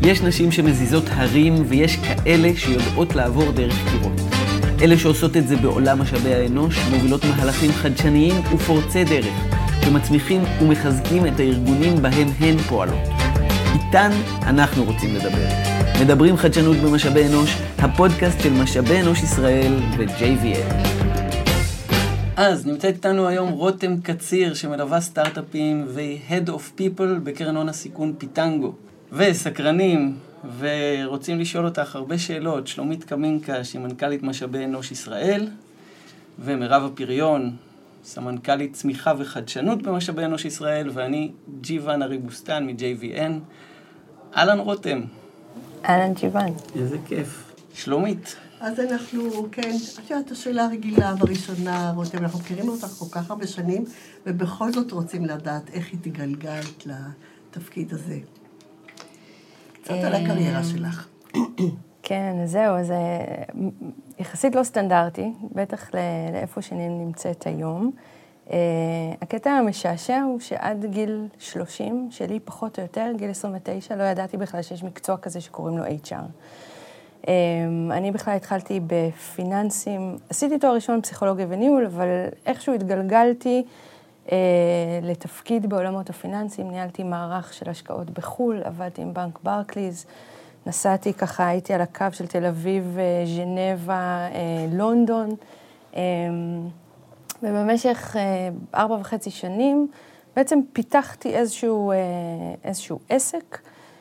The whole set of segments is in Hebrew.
יש נשים שמזיזות הרים ויש כאלה שיודעות לעבור דרך קירות. אלה שעושות את זה בעולם משאבי האנוש מובילות מהלכים חדשניים ופורצי דרך, שמצמיחים ומחזקים את הארגונים בהם הן פועלות. איתן אנחנו רוצים לדבר. מדברים חדשנות במשאבי אנוש, הפודקאסט של משאבי אנוש ישראל ו-JVN. אז נמצאת איתנו היום רותם קציר, שמלווה סטארט-אפים ו-Head of People בקרן הון הסיכון פיטנגו. וסקרנים, ורוצים לשאול אותך הרבה שאלות. שלומית קמינקה, שהיא מנכ"לית משאבי אנוש ישראל, ומרב הפריון, סמנכ"לית צמיחה וחדשנות במשאבי אנוש ישראל, ואני ג'יוון אריבוסטן מ-JVN. אהלן רותם. אהלן ג'יוון. איזה כיף. שלומית. אז אנחנו, כן, את השאלה הרגילה והראשונה, רותם, אנחנו מכירים אותך כל כך הרבה שנים, ובכל זאת רוצים לדעת איך התגלגלת לתפקיד הזה. קצת על הקריירה שלך. כן, זהו, זה יחסית לא סטנדרטי, בטח לאיפה שאני נמצאת היום. הקטע המשעשע הוא שעד גיל 30, שלי פחות או יותר, גיל 29, לא ידעתי בכלל שיש מקצוע כזה שקוראים לו HR. אני בכלל התחלתי בפיננסים, עשיתי תואר ראשון פסיכולוגיה וניהול, אבל איכשהו התגלגלתי לתפקיד בעולמות הפיננסים, ניהלתי מערך של השקעות בחול, עבדתי עם בנק ברקליז, נסעתי ככה, הייתי על הקו של תל אביב, ז'נבה, לונדון, ובמשך 4.5 שנים בעצם פיתחתי איזשהו עסק,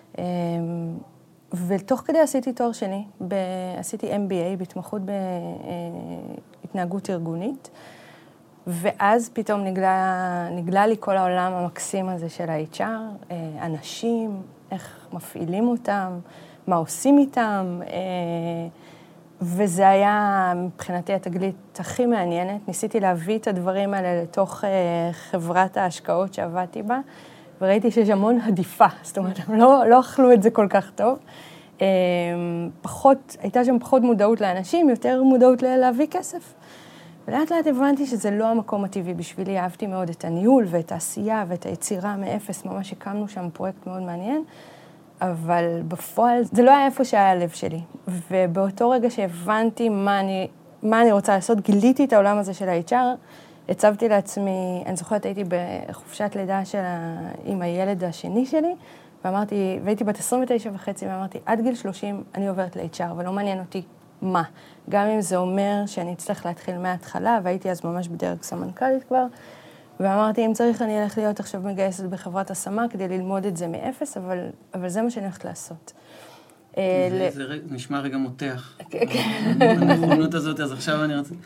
ותוך כדי עשיתי תואר שני, עשיתי MBA בהתמחות בהתנהגות ארגונית, ואז פתאום נגלה לי כל העולם המקסים הזה של ה-HR, אנשים, איך מפעילים אותם, מה עושים איתם, וזה היה מבחינתי התגלית הכי מעניינת. ניסיתי להביא את הדברים האלה לתוך חברת ההשקעות שעבדתי בה, וראיתי שיש המון עדיפה, זאת אומרת, הם לא אכלו את זה כל כך טוב. הייתה שם פחות מודעות לאנשים, יותר מודעות להביא כסף. ולאט לאט הבנתי שזה לא המקום הטבעי בשבילי, אהבתי מאוד את הניהול ואת העשייה ואת היצירה מאפס, ממש הקמנו שם פרויקט מאוד מעניין, אבל בפועל זה לא היה איפה שהיה הלב שלי. ובאותו רגע שהבנתי מה אני רוצה לעשות, גיליתי את העולם הזה של ה-HR, הצבתי לעצמי, אני זוכרת, הייתי בחופשת לידה עם הילד השני שלי, והייתי בת 29.5, ואמרתי, עד גיל 30 אני עוברת ל-HR, ולא מעניין אותי מה. גם אם זה אומר שאני אצטרך להתחיל מההתחלה, והייתי אז ממש בדרג סמנכ"לית כבר, ואמרתי, אם צריך אני אלך להיות עכשיו מגייסת בחברת השמה, כדי ללמוד את זה מאפס, אבל זה מה שאני הולכת לעשות. זה נשמע רגע מותח. הנכונות הזאת, אז עכשיו אני רוצה...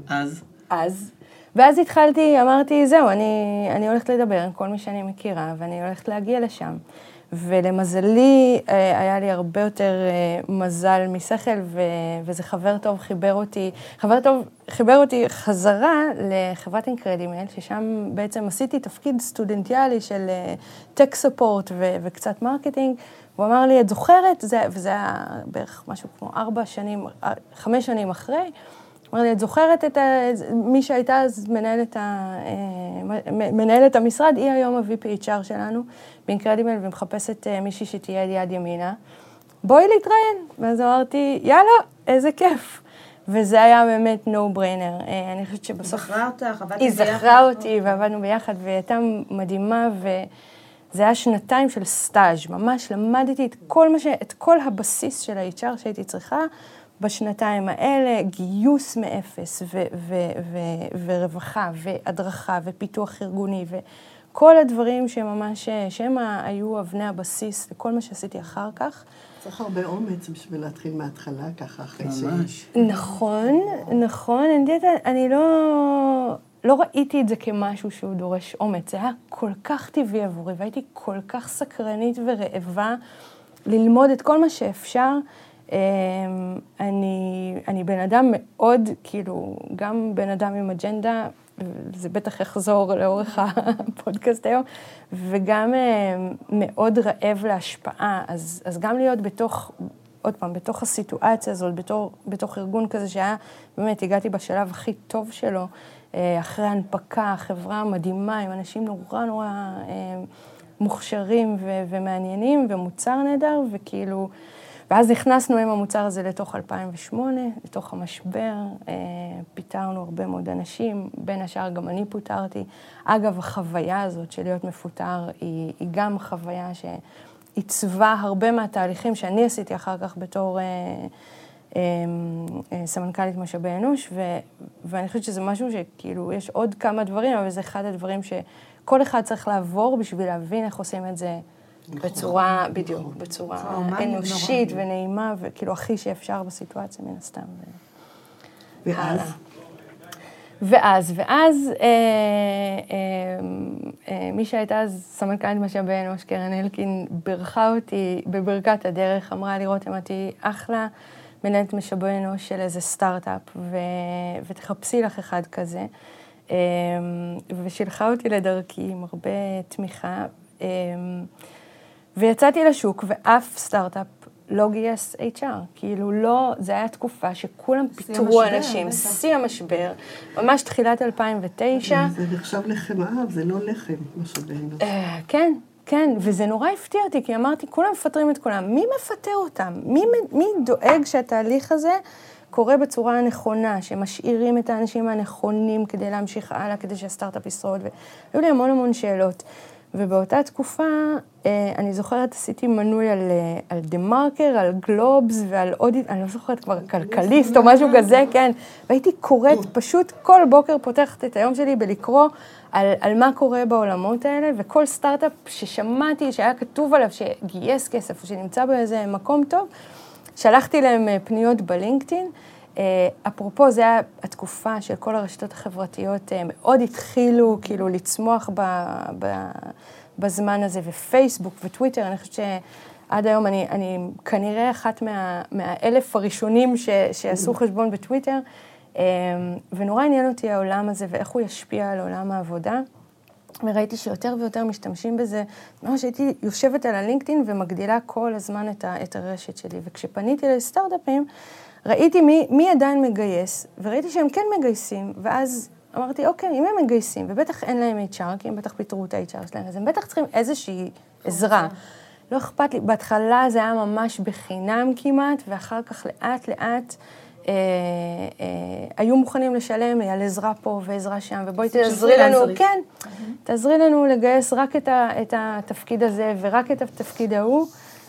ואז התחלתי, אמרתי, זהו, אני הולכת לדבר עם כל מי שאני מכירה, ואני הולכת להגיע לשם. ולמזלי, היה לי הרבה יותר מזל משכל, וזה חבר טוב חיבר אותי חזרה לחברת אינקרדימל, ששם בעצם עשיתי תפקיד סטודנטיאלי של טק ספורט וקצת מרקטינג, הוא אמר לי, את זוכרת, וזה היה בערך משהו כמו 5 שנים אחרי, אמר לי, את זוכרת את מי שהייתה אז מנהלת המשרד, היא היום ה-VP HR שלנו, באינקרדימל, ומחפשת מישהי שתהיה יד ימינה. בואי להתראיין. ואז אמרתי, יאללה, איזה כיף. וזה היה באמת no-brainer. אני חושבת שבסוף... היא זכרה אותך, עבדתי ביחד. היא זכרה אותי, ועבדנו ביחד, והיא הייתה מדהימה, וזה היה 2 של סטאז'. ממש למדתי את כל הבסיס של ה-HR שהייתי צריכה, בשנתיים האלה, גיוס מאפס ורווחה והדרכה ופיתוח ארגוני וכל הדברים שממש, שהם היו אבני הבסיס לכל מה שעשיתי אחר כך. צריך הרבה אומץ בשביל להתחיל מההתחלה ככה אחרי ממש. נכון. אני לא ראיתי את זה כמשהו שהוא דורש אומץ. זה היה כל כך טבעי עבורי, והייתי כל כך סקרנית ורעבה ללמוד את כל מה שאפשר. אני בן אדם מאוד, כאילו, גם בן אדם עם אג'נדה, זה בטח יחזור לאורך הפודקאסט היום, וגם מאוד רעב להשפעה, אז גם להיות בתוך הסיטואציה הזאת, בתוך ארגון כזה שהיה, באמת הגעתי בשלב הכי טוב שלו, אחרי הנפקה, חברה מדהימה, עם אנשים נורא מוכשרים ומעניינים, ומוצר נהדר, וכאילו, ואז נכנסנו עם המוצר הזה לתוך 2008, לתוך המשבר, פיטרנו הרבה מאוד אנשים, בין השאר גם אני פוטרתי. אגב, החוויה הזאת של להיות מפוטר היא גם חוויה שעיצבה הרבה מהתהליכים שאני עשיתי אחר כך בתור סמנכ"לית משאבי אנוש, ואני חושבת שזה משהו שכאילו יש עוד כמה דברים, אבל זה אחד הדברים שכל אחד צריך לעבור בשביל להבין איך עושים את זה בצורה, בדיוק, בצורה אנושית ונעימה, וכאילו הכי שאפשר בסיטואציה מן הסתם. ואז מי שהייתה אז סמנכ"לית משאבי אנוש, קרן אלקין, בירכה אותי בברכת הדרך, אמרה לי, רותם, את היא אחלה מנהלת משאבי אנוש של איזה סטארט-אפ, ותחפשי לך אחד כזה. ושילחה אותי לדרכי עם הרבה תמיכה. ויצאתי לשוק, ואף סטארט-אפ לא גייס HR. כאילו לא, זה היה תקופה שכולם פיטרו אנשים, שיא המשבר, ממש תחילת 2009. זה נחשב לחם אהב, זה לא לחם, משאבי אנוש. כן, כן, וזה נורא הפתיע אותי, כי אמרתי, כולם מפטרים את כולם. מי מפטר אותם? מי דואג שהתהליך הזה קורה בצורה הנכונה, שמשאירים את האנשים הנכונים כדי להמשיך הלאה, כדי שהסטארט-אפ ישרוד, והיו לי המון שאלות. ובאותה תקופה, אני זוכרת, עשיתי מנוי על דה-מרקר, על גלובס ועל עוד, אני לא זוכרת כבר, כלכליסט או משהו כזה, כן. והייתי קוראת, פשוט כל בוקר פותחת את היום שלי בלקרוא על מה קורה בעולמות האלה, וכל סטארט-אפ ששמעתי, שהיה כתוב עליו, שגייס כסף, או שנמצא באיזה מקום טוב, שלחתי להם פניות בלינקדאין. אפרופו, זה היה התקופה של כל הרשתות החברתיות מאוד התחילו כאילו לצמוח בזמן הזה, ופייסבוק וטוויטר, אני חושבת שעד היום אני כנראה אחת מהאלף הראשונים שעשו חשבון בטוויטר, ונורא עניין אותי העולם הזה ואיך הוא ישפיע על עולם העבודה, וראיתי שיותר ויותר משתמשים בזה, ממש הייתי יושבת על הלינקדאין ומגדילה כל הזמן את הרשת שלי, וכשפניתי לסטארט-אפים, ראיתי מי עדיין מגייס, וראיתי שהם כן מגייסים, ואז אמרתי, אוקיי, אם הם מגייסים, ובטח אין להם HR, כי הם בטח פיטרו את ה-HR שלהם, אז הם בטח צריכים איזושהי עזרה. לא אכפת לי, בהתחלה זה היה ממש בחינם כמעט, ואחר כך לאט היו מוכנים לשלם לי על עזרה פה ועזרה שם, ובואי תעזרי לנו, כן, תעזרי לנו לגייס רק את התפקיד הזה, ורק את התפקיד ההוא,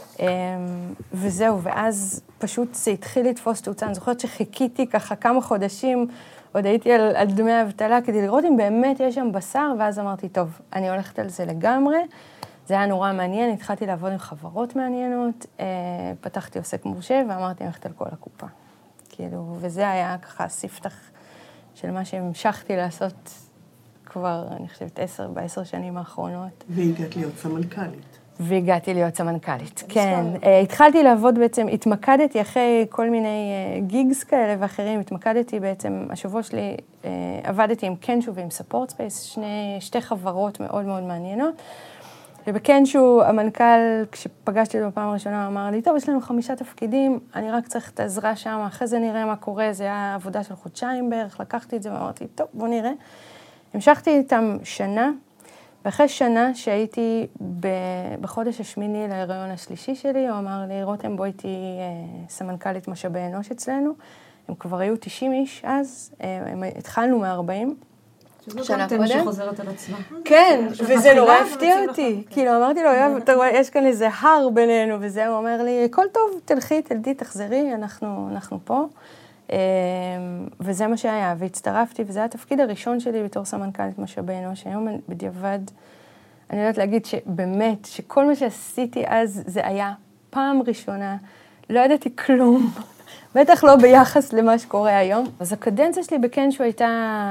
וזהו, ואז פשוט זה התחיל לתפוס תאוצה. אני זוכרת שחיכיתי ככה כמה חודשים, עוד הייתי על דמי אבטלה, כדי לראות אם באמת יש שם בשר, ואז אמרתי, טוב, אני הולכת על זה לגמרי. זה היה נורא מעניין, התחלתי לעבוד עם חברות מעניינות, פתחתי עוסק מורשה, ואמרתי, אני הולכת על כל הקופה. כאילו, וזה היה ככה ספתח של מה שהמשכתי לעשות כבר, אני חושבת, ב10 שנים האחרונות. והגעת להיות סמנכ"לית. והגעתי להיות סמנכ"לית, כן. התחלתי לעבוד בעצם, התמקדתי אחרי כל מיני גיגס כאלה ואחרים, התמקדתי בעצם, השבוע שלי עבדתי עם קנשו ועם ספורט ספייס, שתי חברות מאוד מאוד מעניינות, ובקנשו המנכ"ל, כשפגשתי אותו בפעם הראשונה, אמר לי, טוב, יש לנו 5 תפקידים, אני רק צריך את העזרה שם, אחרי זה נראה מה קורה, זה היה עבודה של חודשיים בערך, לקחתי את זה ואמרתי, טוב, בוא נראה. המשכתי איתם שנה, ואחרי שנה שהייתי בחודש השמיני להיריון השלישי שלי, הוא אמר לי, רותם, בואי תהיי סמנכ"לית משאבי אנוש אצלנו. הם כבר היו 90 איש אז, התחלנו מ-40. שזו גם תמה שחוזרת על עצמה. כן, וזה נורא הפתיע אותי. כאילו, אמרתי לו, יש כאן איזה הר בינינו, וזה, הוא אומר לי, כל טוב, תלדי, תחזרי, אנחנו פה. וזה מה שהיה, והצטרפתי, וזה היה התפקיד הראשון שלי בתור סמנכ"לית משאבי אנוש. היום בדיעבד, אני יודעת להגיד שבאמת, שכל מה שעשיתי אז, זה היה פעם ראשונה, לא ידעתי כלום, בטח לא ביחס למה שקורה היום. אז הקדנציה שלי בקנשו הייתה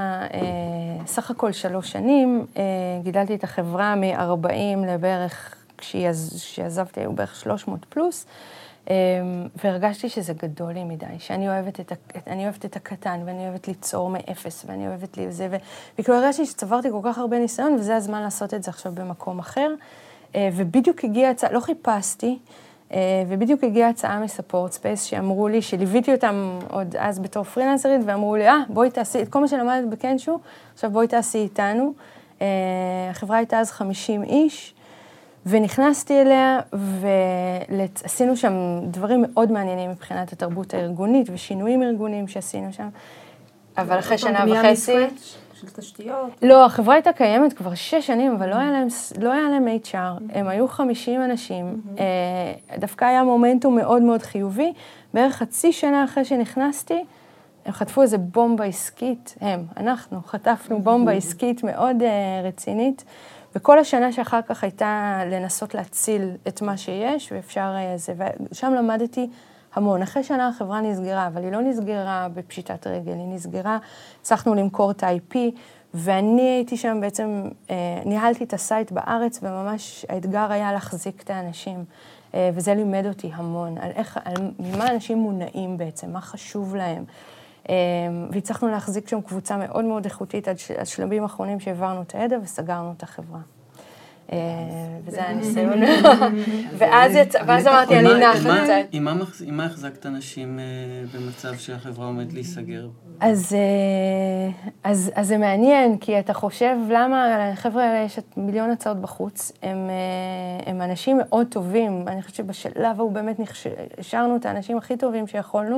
סך הכל 3 שנים, גידלתי את החברה מ-40 לבערך, כשעזבתי היו בערך 300 פלוס, והרגשתי שזה גדול לי מדי, שאני אוהבת את הקטן, ואני אוהבת ליצור מאפס, ואני אוהבת לי וזה, וכאילו הרגשתי שצברתי כל כך הרבה ניסיון, וזה הזמן לעשות את זה עכשיו במקום אחר, ובדיוק הגיעה הצעה, לא חיפשתי, ובדיוק הגיעה הצעה מספורט ספייס, שאמרו לי, שליוויתי אותם עוד אז בתור פרילנסרית, ואמרו לי, בואי תעשי, את כל מה שלמדת בקנשו, עכשיו בואי תעשי איתנו. החברה הייתה אז 50 איש, ונכנסתי אליה, ועשינו שם דברים מאוד מעניינים מבחינת התרבות הארגונית, ושינויים ארגוניים שעשינו שם. אבל אחרי שנה וחצי... של תשתיות? לא, החברה הייתה קיימת כבר 6 שנים, אבל לא היה להם HR. הם היו 50 אנשים. דווקא היה מומנטום מאוד מאוד חיובי. בערך חצי שנה אחרי שנכנסתי, הם חטפו איזה בומבה עסקית. אנחנו חטפנו בומבה עסקית מאוד רצינית. וכל השנה שאחר כך הייתה לנסות להציל את מה שיש, ואפשר זה. ושם למדתי המון. אחרי שנה החברה נסגרה, אבל היא לא נסגרה בפשיטת רגל, היא נסגרה, הצלחנו למכור את ה-IP, ואני הייתי שם בעצם, ניהלתי את הסייט בארץ, וממש האתגר היה להחזיק את האנשים, וזה לימד אותי המון, ממה אנשים מונעים בעצם, מה חשוב להם. והצלחנו להחזיק שם קבוצה מאוד מאוד איכותית, עד שלבים האחרונים שהעברנו את הידע וסגרנו את החברה. וזה היה ניסיון. ואז אמרתי, אני נחת. עם מה החזקת אנשים במצב שהחברה עומד להיסגר? אז זה מעניין, כי אתה חושב למה לחבר'ה האלה יש מיליון הצעות בחוץ, הם אנשים מאוד טובים, אני חושבת שבשלב הוא באמת השארנו את האנשים הכי טובים שיכולנו,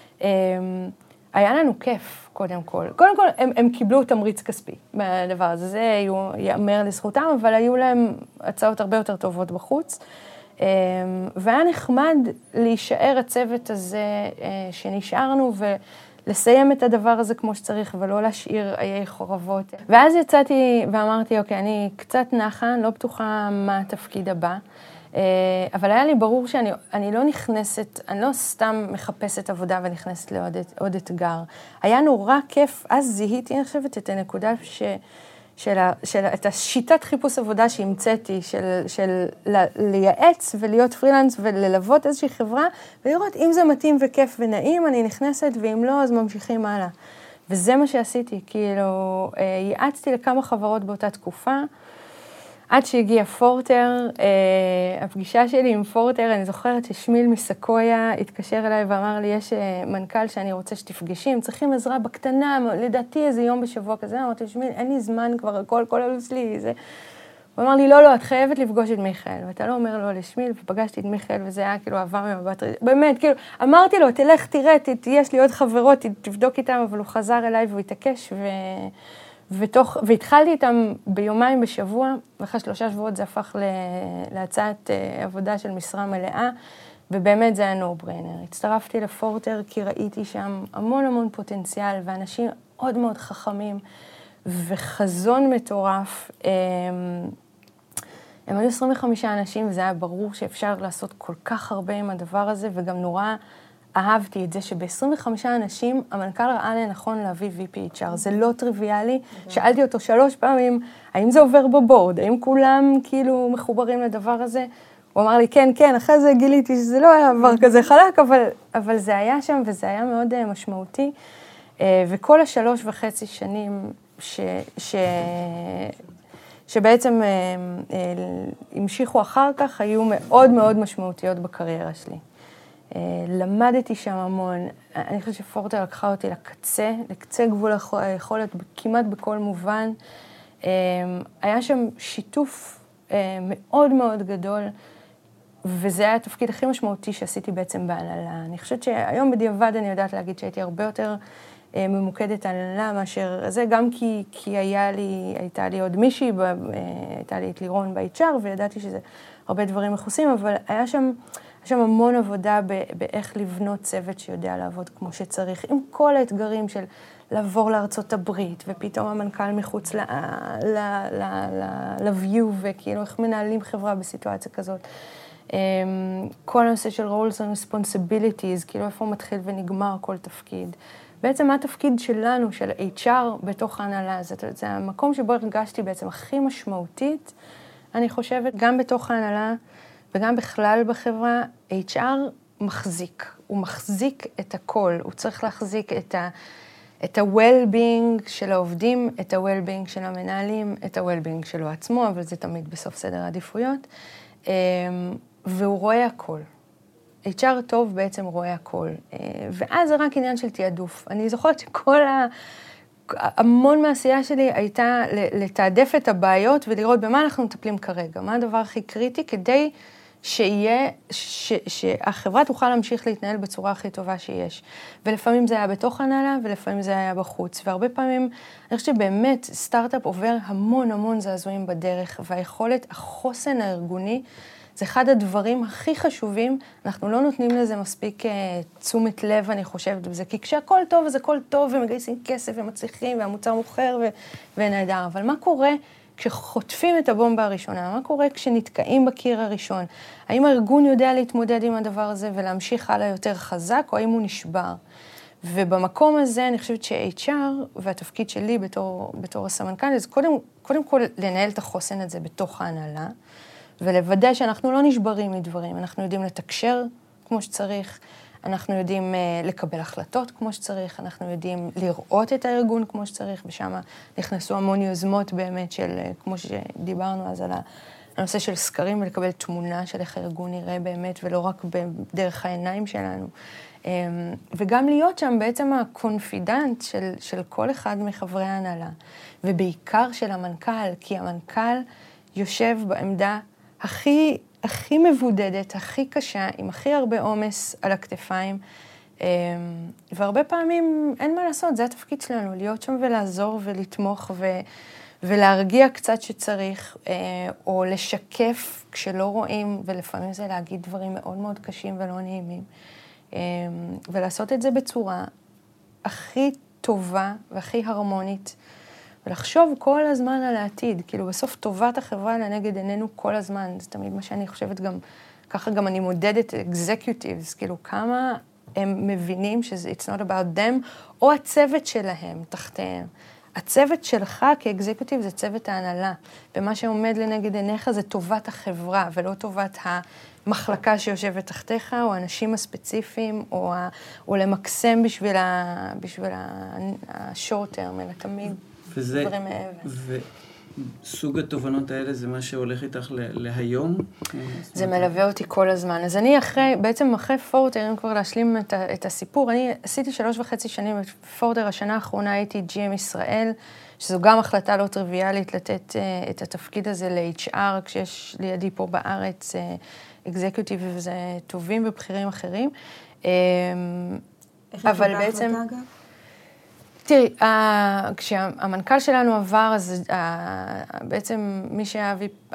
היה לנו כיף, קודם כל. קודם כל, הם קיבלו תמריץ כספי בדבר הזה. זה יאמר לזכותם, אבל היו להם הצעות הרבה יותר טובות בחוץ. והיה נחמד להישאר הצוות הזה שנשארנו, ולסיים את הדבר הזה כמו שצריך, ולא להשאיר איי חורבות. ואז יצאתי ואמרתי, אוקיי, אני קצת נחה, לא בטוחה מה התפקיד הבא. אבל היה לי ברור שאני לא נכנסת, אני לא סתם מחפשת עבודה ונכנסת לעוד אתגר. היה נורא כיף, אז זיהיתי, אני חושבת, את הנקודה את השיטת חיפוש עבודה שהמצאתי, של לייעץ ולהיות פרילנס וללוות איזושהי חברה, ולראות אם זה מתאים וכיף ונעים, אני נכנסת, ואם לא, אז ממשיכים הלאה. וזה מה שעשיתי, כאילו, ייעצתי לכמה חברות באותה תקופה, עד שהגיע פורטר, הפגישה שלי עם פורטר, אני זוכרת ששמיל מסקויה התקשר אליי ואמר לי, יש מנכ"ל שאני רוצה שתפגשי, הם צריכים עזרה בקטנה, לדעתי איזה יום בשבוע כזה, אמרתי, שמיל, אין לי זמן כבר, כל הלו"ז לי, זה... הוא אמר לי, לא, את חייבת לפגוש את מיכאל, ואתה לא אומר לו לשמיל, ופגשתי את מיכאל, וזה היה כאילו אהבה ממבט, באמת, כאילו, אמרתי לו, תלך, תראה, יש לי עוד חברות, תבדוק איתם, אבל הוא חזר אליי והוא התעקש, והתחלתי איתם ביומיים בשבוע, ואחרי 3 שבועות זה הפך להצעת עבודה של משרה מלאה, ובאמת זה היה no-brainer. הצטרפתי לפורטר כי ראיתי שם המון פוטנציאל, ואנשים מאוד מאוד חכמים, וחזון מטורף. הם היו 25 אנשים, וזה היה ברור שאפשר לעשות כל כך הרבה עם הדבר הזה, וגם נורא אהבתי את זה שב-25 אנשים המנכ"ל ראה לנכון להביא VPHR. זה לא טריוויאלי. שאלתי אותו 3 פעמים, האם זה עובר בבורד? האם כולם כאילו מחוברים לדבר הזה? הוא אמר לי, כן, אחרי זה גיליתי שזה לא היה עבר כזה חלק, אבל זה היה שם וזה היה מאוד משמעותי. וכל 3.5 שנים שבעצם המשיכו אחר כך, היו מאוד מאוד משמעותיות בקריירה שלי. למדתי שם המון, אני חושבת שפורטר לקחה אותי לקצה גבול היכולת כמעט בכל מובן. היה שם שיתוף מאוד מאוד גדול, וזה היה התפקיד הכי משמעותי שעשיתי בעצם בהנהלה. אני חושבת שהיום בדיעבד אני יודעת להגיד שהייתי הרבה יותר ממוקדת הנהלה מאשר זה, גם כי הייתה לי עוד מישהי, הייתה לי את לירון ב-HR, וידעתי שזה הרבה דברים מכוסים, אבל היה שם המון עבודה באיך לבנות צוות שיודע לעבוד כמו שצריך, עם כל האתגרים של לעבור לארצות הברית, ופתאום המנכ"ל מחוץ ל-view, וכאילו איך מנהלים חברה בסיטואציה כזאת. כל הנושא של roles and responsibilities, כאילו איפה מתחיל ונגמר כל תפקיד. בעצם מה התפקיד שלנו, של HR, בתוך ההנהלה? זה המקום שבו הרגשתי בעצם הכי משמעותית, אני חושבת, גם בתוך ההנהלה, וגם בכלל בחברה, HR מחזיק. הוא מחזיק את הכל. הוא צריך להחזיק את ה-well-being של העובדים, את ה-well-being של המנהלים, את ה-well-being שלו עצמו, אבל זה תמיד בסוף סדר העדיפויות. והוא רואה הכל. HR טוב בעצם רואה הכל. ואז זה רק עניין של תיעדוף. אני זוכרת המון מהעשייה שלי הייתה לתעדף את הבעיות ולראות במה אנחנו מטפלים כרגע, מה הדבר הכי קריטי כדי שהחברה תוכל להמשיך להתנהל בצורה הכי טובה שיש. ולפעמים זה היה בתוך הנהלה, ולפעמים זה היה בחוץ. והרבה פעמים, אני חושבת שבאמת סטארט-אפ עובר המון זעזועים בדרך, והיכולת, החוסן הארגוני, זה אחד הדברים הכי חשובים, אנחנו לא נותנים לזה מספיק תשומת לב, אני חושבת בזה, כי כשהכל טוב, אז הכל טוב, ומגייסים כסף, ומצליחים, והמוצר מוכר, ונהדר. אבל מה קורה כשחוטפים את הבומבה הראשונה? מה קורה כשנתקעים בקיר הראשון? האם הארגון יודע להתמודד עם הדבר הזה, ולהמשיך הלאה יותר חזק, או האם הוא נשבר? ובמקום הזה, אני חושבת ש-HR, והתפקיד שלי בתור הסמנכ"ל, זה קודם כל לנהל את החוסן הזה בתוך ההנהלה, ולוודא שאנחנו לא נשברים מדברים, אנחנו יודעים לתקשר כמו שצריך, אנחנו יודעים לקבל החלטות כמו שצריך, אנחנו יודעים לראות את הארגון כמו שצריך, ושם נכנסו המון יוזמות באמת של, כמו שדיברנו אז על הנושא של סקרים, ולקבל תמונה של איך הארגון נראה באמת, ולא רק בדרך העיניים שלנו. וגם להיות שם בעצם הקונפידנט של כל אחד מחברי ההנהלה, ובעיקר של המנכ"ל, כי המנכ"ל יושב בעמדה הכי מבודדת, הכי קשה, עם הכי הרבה עומס על הכתפיים, והרבה פעמים אין מה לעשות, זה התפקיד שלנו, להיות שם ולעזור ולתמוך ולהרגיע קצת שצריך, או לשקף כשלא רואים, ולפעמים זה להגיד דברים מאוד קשים ולא נעימים, ולעשות את זה בצורה הכי טובה והכי הרמונית, ולחשוב כל הזמן על העתיד, כאילו בסוף טובת החברה לנגד עינינו כל הזמן, זה תמיד מה שאני חושבת גם, ככה גם אני מודדת executives, כאילו כמה הם מבינים שזה it's not about them, או הצוות שלהם תחתיהם. הצוות שלך כאקזקיוטיב זה צוות ההנהלה, ומה שעומד לנגד עיניך זה טובת החברה, ולא טובת המחלקה שיושבת תחתיך, או האנשים הספציפיים, או למקסם בשביל ה-short term, אלא תמיד. דברים מעבר. וסוג התובנות האלה זה מה שהולך איתך להיום? זה מלווה אותי כל הזמן. אז אני בעצם אחרי פורטר, אם כבר להשלים את הסיפור, אני עשיתי 3.5 שנים בפורטר, השנה האחרונה הייתי GM ישראל, שזו גם החלטה לא טריוויאלית לתת את התפקיד הזה ל-HR, כשיש לידי פה בארץ אקזקיוטיב וזה טובים ובכירים אחרים. איך אבל בעצם... החלטה, אגב? תראי, כשהמנכ"ל שלנו עבר, אז בעצם מי שהיה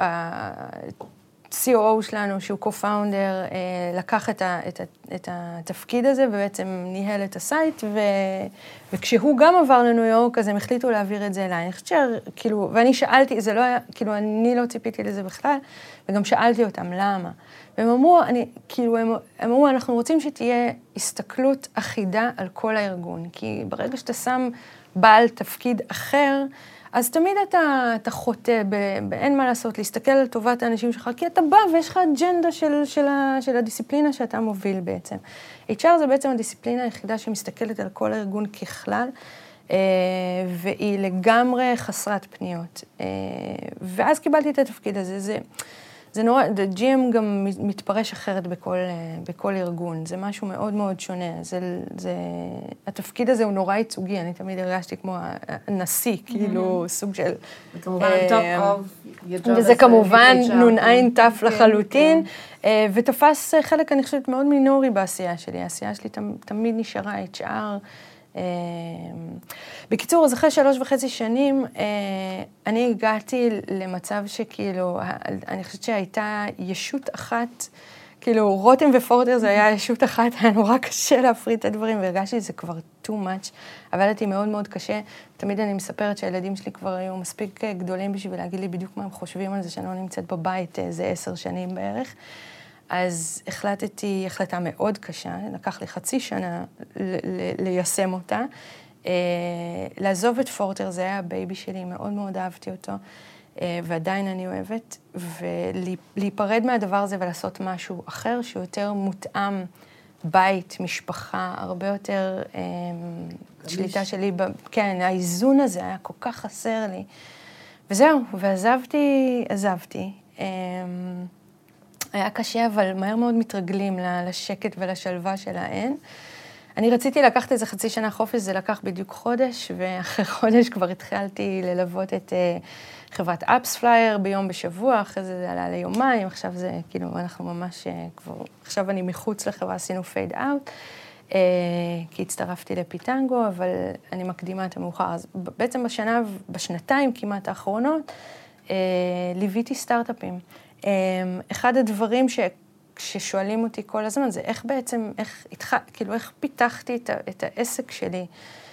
COO שלנו, שהוא co-founder, לקח את התפקיד הזה, ובעצם ניהל את הסייט, וכשהוא גם עבר לניו יורק, אז הם החליטו להעביר את זה אליי. אני חושבת שכאילו, ואני שאלתי, זה לא היה, כאילו, אני לא ציפיתי לזה בכלל, וגם שאלתי אותם, למה? והם אמרו, הם אמרו, אנחנו רוצים שתהיה הסתכלות אחידה על כל הארגון, כי ברגע שאתה שם בעל תפקיד אחר, אז תמיד אתה חוטא, אין מה לעשות, להסתכל על טובת האנשים שלך, כי אתה בא ויש לך אג'נדה של הדיסציפלינה שאתה מוביל בעצם. HR זה בעצם הדיסציפלינה היחידה שמסתכלת על כל הארגון ככלל, והיא לגמרי חסרת פניות. ואז קיבלתי את התפקיד הזה, זה נורא, GM גם מתפרש אחרת בכל ארגון, זה משהו מאוד שונה, התפקיד הזה הוא נורא ייצוגי, אני תמיד הרגשתי כמו הנשיא, כאילו סוג של... וזה כמובן נון תף לחלוטין, ותפס חלק, אני חושבת, מאוד מינורי בעשייה שלי, העשייה שלי תמיד נשארה HR, בקיצור, אז אחרי 3.5 שנים, אני הגעתי למצב שכאילו, אני חושבת שהייתה ישות אחת, כאילו רותם ופורטר זה היה ישות אחת, היה נורא קשה להפריד את הדברים, והרגשתי שזה כבר too much, עבדתי מאוד קשה, תמיד אני מספרת שהילדים שלי כבר היו מספיק גדולים בשביל להגיד לי בדיוק מה הם חושבים על זה, שאני לא נמצאת בבית איזה 10 שנים בערך, אז החלטתי החלטה מאוד קשה, לקח לי 0.5 שנה ליישם אותה, לעזוב את פורטר, זה היה הבייבי שלי, מאוד אהבתי אותו, ועדיין אני אוהבת, ולהיפרד מהדבר הזה ולעשות משהו אחר, שהוא יותר מותאם, בית, משפחה, הרבה יותר שליטה שלי, כן, האיזון הזה היה כל כך חסר לי, וזהו, ועזבתי, היה קשה, אבל מהר מאוד מתרגלים לשקט ולשלווה שלהן. אני רציתי לקחת איזה חצי שנה חופש, זה לקח בדיוק חודש, ואחרי חודש כבר התחלתי ללוות את חברת אפספלייר ביום בשבוע, אחרי זה עלה ליומיים, עכשיו זה כאילו, אנחנו ממש כבר, עכשיו אני מחוץ לחברה, עשינו פייד אאוט, כי הצטרפתי לפיטנגו, אבל אני מקדימה את המאוחר. אז בעצם בשנתיים כמעט האחרונות, ליוויתי סטארט-אפים. אחד הדברים ששואלים אותי כל הזמן, זה איך בעצם, איך פיתחתי את העסק שלי.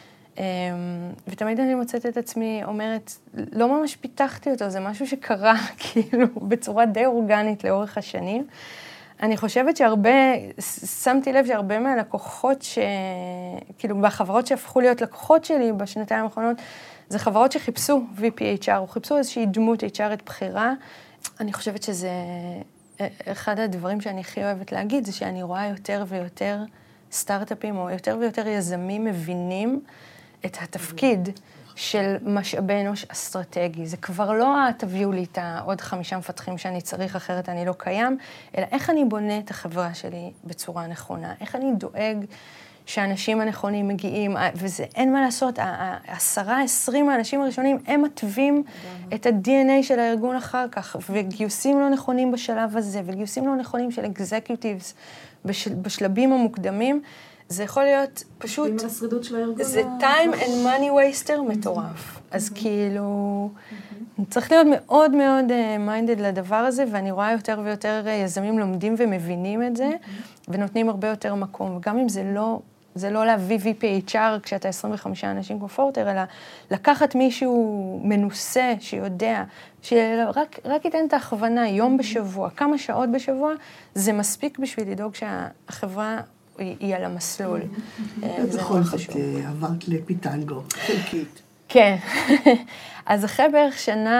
ותמיד אני מוצאת את עצמי אומרת, לא ממש פיתחתי אותו, זה משהו שקרה כאילו בצורה די אורגנית לאורך השנים. אני חושבת שמתי לב שהרבה מהלקוחות כאילו בחברות שהפכו להיות לקוחות שלי בשנתיים האחרונות, זה חברות שחיפשו VP HR, או חיפשו איזושהי דמות HRית בחירה. אני חושבת שזה אחד הדברים שאני הכי אוהבת להגיד, זה שאני רואה יותר ויותר סטארט-אפים, או יותר ויותר יזמים מבינים את התפקיד של משאבי אנוש אסטרטגי. זה כבר לא תביאו לי את עוד 5 מפתחים שאני צריך, אחרת אני לא קיים, אלא איך אני בונה את החברה שלי בצורה נכונה, איך אני דואג שהאנשים הנכונים מגיעים, וזה אין מה לעשות, 10-20 האנשים הראשונים, הם מטבים את ה-DNA של הארגון אחר כך, וגיוסים לא נכונים בשלב הזה, וגיוסים לא נכונים של executives בשלבים המוקדמים, זה יכול להיות פשוט, זה time and money waster מטורף. אז כאילו, צריך להיות מאוד מאוד minded לדבר הזה, ואני רואה יותר ויותר יזמים לומדים ומבינים את זה, ונותנים הרבה יותר מקום, וגם אם זה לא להביא VP/HR כשאתה 25 אנשים כמו פורטר, אלא לקחת מישהו מנוסה שיודע, שרק ייתן את ההכוונה יום בשבוע, כמה שעות בשבוע, זה מספיק בשביל לדאוג שהחברה היא על המסלול. ובכל זאת עברת לפיטנגו, חלקית. כן. אז אחרי בערך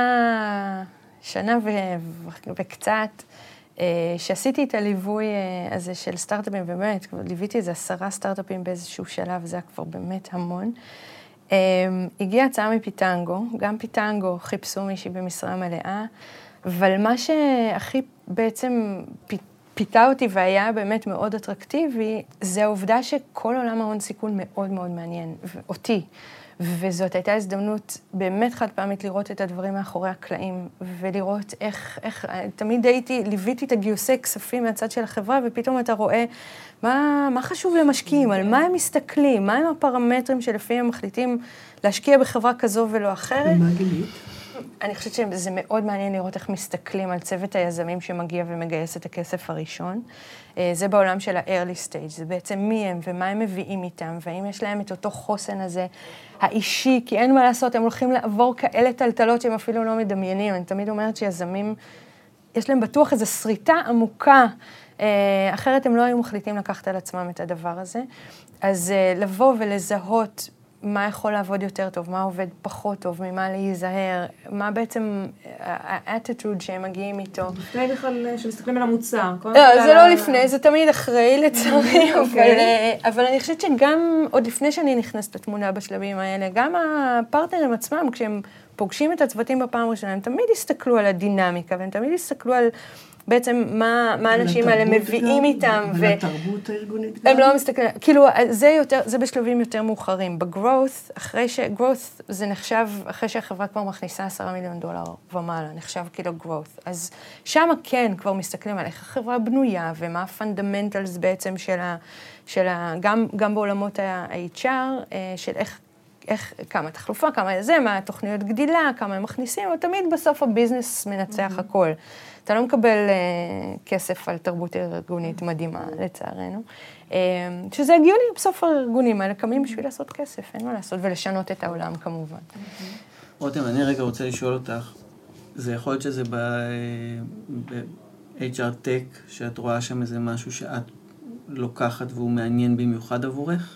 שנה וקצת, שעשיתי את הליווי הזה של סטארט-אפים, ובאמת, ליוויתי איזה 10 סטארט-אפים באיזשהו שלב, זה היה כבר באמת המון. הגיעה הצעה מפיטנגו, גם פיטנגו חיפשו מישהי במשרה מלאה, אבל מה שהכי בעצם פיתה אותי והיה באמת מאוד אטרקטיבי, זה העובדה שכל עולם ההון סיכון מאוד מאוד מעניין אותי. וזאת הייתה הזדמנות באמת חד פעמית לראות את הדברים מאחורי הקלעים, ולראות איך תמיד ליוויתי את הגיוסי כספים מהצד של החברה, ופתאום אתה רואה מה חשוב למשקיעים, על מה הם מסתכלים, מה הם הפרמטרים שלפי הם מחליטים להשקיע בחברה כזו ולא אחרת. מה גילית? אני חושבת שזה מאוד מעניין לראות איך מסתכלים על צוות היזמים שמגיע ומגייס את הכסף הראשון. זה בעולם של ה-early stage, זה בעצם מי הם ומה הם מביאים איתם, והאם יש להם את אותו חוסן הזה האישי, כי אין מה לעשות, הם הולכים לעבור כאלה טלטלות שהם אפילו לא מדמיינים. אני תמיד אומרת שיזמים, יש להם בטוח איזו שריטה עמוקה, אחרת הם לא היו מחליטים לקחת על עצמם את הדבר הזה. אז לבוא ולזהות מה יכול לעבוד יותר טוב, מה עובד פחות טוב, ממה להיזהר, מה בעצם האטיטוד שהם מגיעים איתו. לפני בכלל שמסתכלים על המוצר. לא, זה לא לפני, זה תמיד אחרי לצערי, אבל אני חושבת שגם עוד לפני שאני נכנסת לתמונה בשלבים האלה, גם הפרטנרים עצמם, כשהם פוגשים את הצוותים בפעם הראשונה, הם תמיד הסתכלו על הדינמיקה, והם תמיד הסתכלו על בעצם מה האנשים האלה מביאים איתם. ולתרבות הארגונית. הם לא מסתכלים, כאילו, זה בשלבים יותר מאוחרים. בגרוות, growth זה נחשב, אחרי שהחברה כבר מכניסה $10 מיליון ומעלה, נחשב כאילו growth. אז שם כן כבר מסתכלים על איך החברה בנויה, ומה הפונדמנטלס בעצם גם בעולמות ה-HR, של איך, כמה תחלופה, כמה זה, מה התוכניות גדילה, כמה הם מכניסים, אבל תמיד בסוף הביזנס מנצח הכל. אתה לא מקבל כסף על תרבות ארגונית מדהימה, לצערנו. שזה הגיוני, בסוף הארגונים האלה קמים בשביל לעשות כסף, אין מה לעשות, ולשנות את העולם כמובן. רותם, אני רגע רוצה לשאול אותך, זה יכול להיות שזה ב-HR Tech, שאת רואה שם איזה משהו שאת לוקחת והוא מעניין במיוחד עבורך?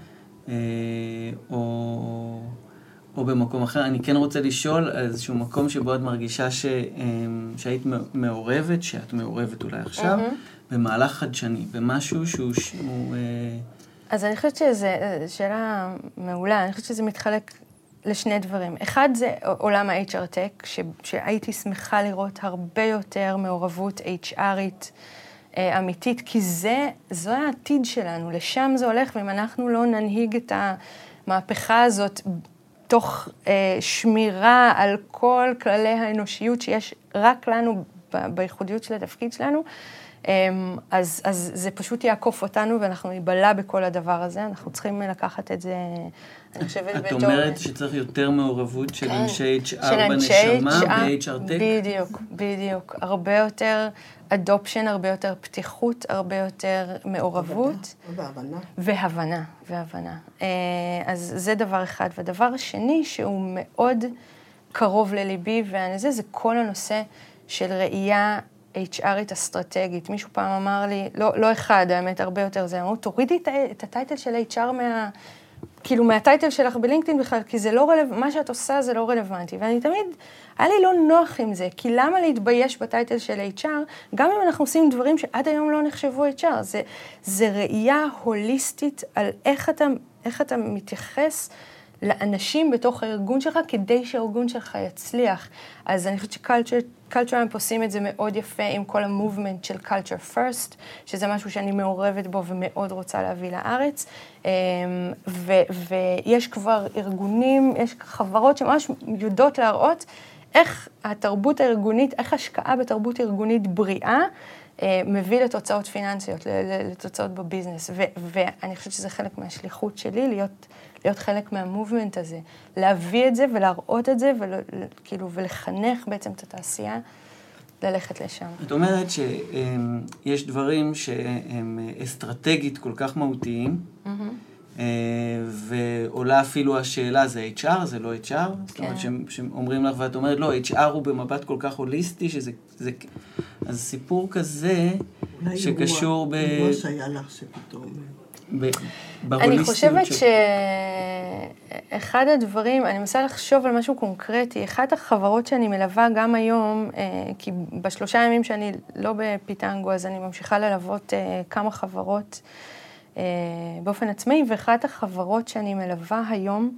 או במקום אחר. אני כן רוצה לשאול על איזשהו מקום שבו את מרגישה שהיית מעורבת, שאת מעורבת אולי עכשיו, במהלך חדשני, במשהו שהוא... אז אני חושבת שזו שאלה מעולה, אני חושבת שזה מתחלק לשני דברים. אחד זה עולם ה-HR Tech, שהייתי שמחה לראות הרבה יותר מעורבות HRית אמיתית, כי זו העתיד שלנו, לשם זה הולך, ואם אנחנו לא ננהיג את המהפכה הזאת, תוך שמירה על כל כללי האנושיות שיש רק לנו בייחודיות של התפקיד שלנו, אז זה פשוט יעקוף אותנו, ואנחנו ניבלה בכל הדבר הזה. אנחנו צריכים לקחת את זה, אני חושבת את אומרת שצריך יותר מעורבות של אנשי HR בנשמה, ב-HR Tech? בדיוק. הרבה יותר adoption, הרבה יותר פתיחות, הרבה יותר מעורבות. והבנה. אז זה דבר אחד. והדבר השני שהוא מאוד קרוב לליבי, זה כל הנושא של ראייה HRית אסטרטגית. מישהו פעם אמר לי, לא אחד, האמת, הרבה יותר זה, אמרו, תורידי את הטייטל של HR מהטייטל שלך בלינקדאין בכלל, כי זה לא מה שאת עושה זה לא רלוונטי. ואני תמיד, היה לי לא נוח עם זה, כי למה להתבייש בטייטל של HR, גם אם אנחנו עושים דברים שעד היום לא נחשבו HR, זה ראייה הוליסטית על איך אתה מתייחס לאנשים בתוך הארגון שלך, כדי שהארגון שלך יצליח. אז אני חושבת שקולצ'ר עושים את זה מאוד יפה עם כל המובמנט של culture first, שזה משהו שאני מעורבת בו ומאוד רוצה להביא לארץ. ויש כבר ארגונים, יש חברות שממש יודעות להראות איך התרבות הארגונית, איך השקעה בתרבות ארגונית בריאה, מביא לתוצאות פיננסיות, לתוצאות בביזנס. ואני חושבת שזה חלק מהשליחות שלי, להיות חלק מהמובמנט הזה, להביא את זה ולהראות את זה, ולחנך בעצם את התעשייה, ללכת לשם. את אומרת שיש דברים שהם אסטרטגית כל כך מהותיים, ועולה אפילו השאלה, זה HR, זה לא HR? זאת אומרת, שאומרים לך, ואת אומרת, לא, HR הוא במבט כל כך הוליסטי, שזה... אז סיפור כזה, שקשור ב... אירוע שהיה לך שפתאום... אני חושבת שאחד הדברים, אני מנסה לחשוב על משהו קונקרטי, אחת החברות שאני מלווה גם היום, כי ב3 ימים שאני לא בפיטנגו, אז אני ממשיכה ללוות כמה חברות באופן עצמאי, ואחת החברות שאני מלווה היום,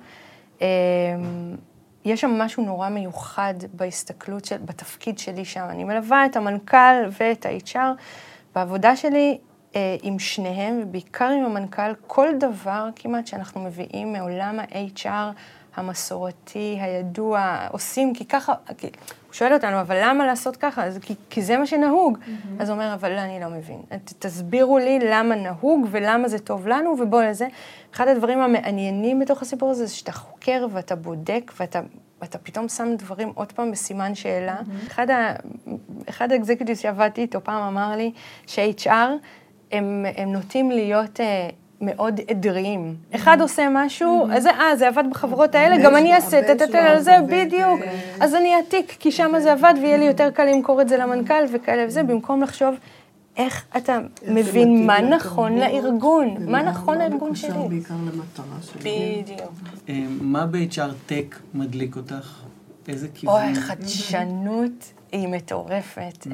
יש שם משהו נורא מיוחד בהסתכלות, בתפקיד שלי שם. אני מלווה את המנכ"ל ואת ה-HR, בעבודה שלי עם שניהם, ובעיקר עם המנכ"ל, כל דבר כמעט שאנחנו מביאים מעולם ה-HR המסורתי, הידוע, עושים, כי ככה, הוא שואל אותנו, אבל למה לעשות ככה? כי זה מה שנהוג. אז הוא אומר, אבל אני לא מבין. תסבירו לי למה נהוג ולמה זה טוב לנו, ובוא לזה. אחד הדברים המעניינים בתוך הסיפור הזה, זה שאתה חוקר ואתה בודק, ואתה פתאום שם דברים עוד פעם בסימן שאלה. אחד האקזקוטיבס שעבדתי איתו פעם אמר לי, ש-HR הם נוטים להיות מאוד עדריים. אחד עושה משהו, אז זה עבד בחברות האלה, גם אני אעשה, תתתל על זה, בדיוק. אז אני אעתיק, כי שם זה עבד, ויהיה לי יותר קל למכור את זה למנכ"ל וכאלה וזה, במקום לחשוב איך אתה מבין מה נכון לארגון, מה נכון לארגון שלי. מקושר בעיקר למטרה שלי. בדיוק. מה ב-HR Tech מדליק אותך? איזה כיוון? אוי, חדשנות היא מטורפת.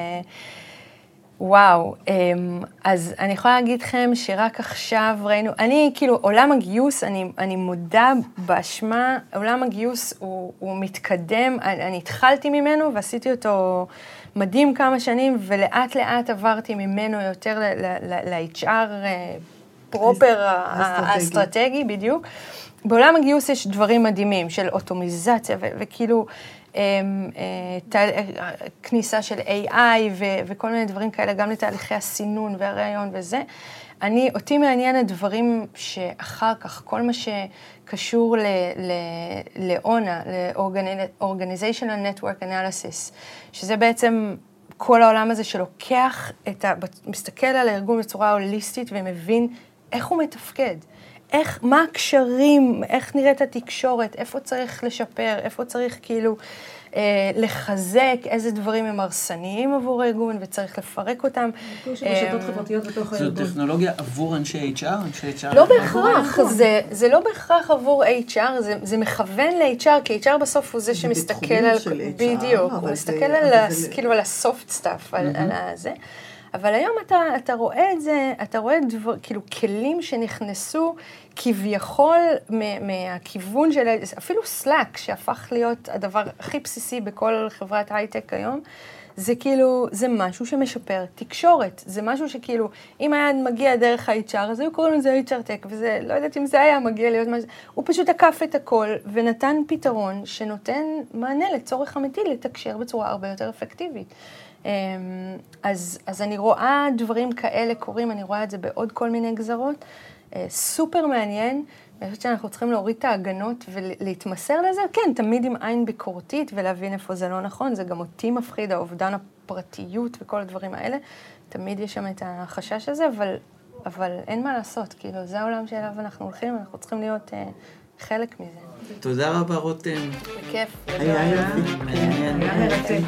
וואו, אז אני יכולה להגיד לכם שרק עכשיו ראינו, עולם הגיוס, אני מודה באשמה, עולם הגיוס הוא מתקדם, אני התחלתי ממנו ועשיתי אותו מדהים כמה שנים, ולאט לאט עברתי ממנו יותר ל-HR פרופר האסטרטגי, בדיוק. בעולם הגיוס יש דברים מדהימים של אוטומיזציה וכאילו, כניסה של AI וכל מיני דברים כאלה, גם לתהליכי הסינון והרעיון וזה. אותי מעניין הדברים שאחר כך, כל מה שקשור לאונה, ל-Organizational Network Analysis, שזה בעצם כל העולם הזה שלוקח מסתכל על הארגון בצורה הוליסטית ומבין איך הוא מתפקד. מה הקשרים, איך נראית התקשורת, איפה צריך לשפר, איפה צריך כאילו לחזק, איזה דברים הם הרסניים עבור הארגון וצריך לפרק אותם. רשתות חברתיות בתוך הארגון. זו טכנולוגיה עבור אנשי HR? לא בהכרח, זה לא בהכרח עבור HR, זה מכוון ל-HR, כי HR בסוף הוא זה שמסתכל על... בדיוק, הוא מסתכל על ה-soft stuff, על זה. אבל היום אתה רואה את זה, אתה רואה כאילו כלים שנכנסו כביכול מהכיוון של, אפילו Slack שהפך להיות הדבר הכי בסיסי בכל חברת הייטק היום, זה כאילו, זה משהו שמשפר תקשורת. זה משהו שכאילו, אם היה מגיע דרך ה-HR, אז היו קוראים לזה HR Tech, וזה, לא יודעת אם זה היה מגיע להיות משהו, הוא פשוט עקף את הכל, ונתן פתרון שנותן מענה לצורך אמיתי לתקשר בצורה הרבה יותר אפקטיבית. אז אני רואה דברים כאלה קורים, אני רואה את זה בעוד כל מיני גזרות, סופר מעניין, אני חושבת שאנחנו צריכים להוריד את ההגנות ולהתמסר לזה, כן, תמיד עם עין ביקורתית ולהבין איפה זה לא נכון, זה גם אותי מפחיד, האובדן הפרטיות וכל הדברים האלה, תמיד יש שם את החשש הזה, אבל אין מה לעשות, כאילו, זה העולם שאליו אנחנו הולכים, אנחנו צריכים להיות חלק מזה. תודה רבה, רותם. בכיף. היה מרתק.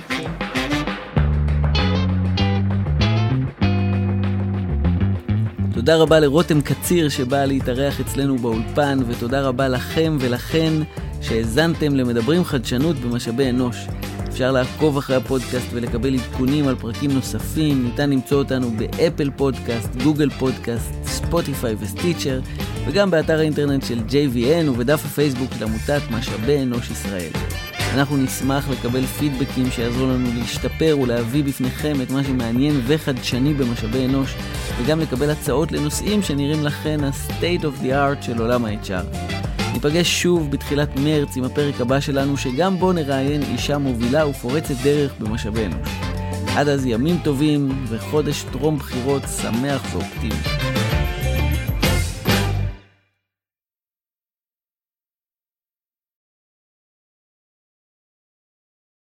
תודה רבה לרותם קציר שבאה להתארח אצלנו באולפן, ותודה רבה לכם ולכן שהזנתם למדברים חדשנות במשאבי אנוש. אפשר לעקוב אחרי הפודקאסט ולקבל עדכונים על פרקים נוספים. ניתן למצוא אותנו באפל פודקאסט, גוגל פודקאסט, ספוטיפיי וסטיצ'ר, וגם באתר האינטרנט של JVN ובדף הפייסבוק של עמותת משאבי אנוש ישראל. אנחנו נשמח לקבל פידבקים שיעזרו לנו להשתפר ולהביא בפניכם את מה שמעניין וחדשני במשאבי אנוש, וגם לקבל הצעות לנושאים שנראים לכן ה-state of the art של עולם ה-HR. ניפגש שוב בתחילת מרץ עם הפרק הבא שלנו, שגם בו נראיין אישה מובילה ופורצת דרך במשאבי אנוש. עד אז ימים טובים וחודש טרום בחירות שמח ואופטימי.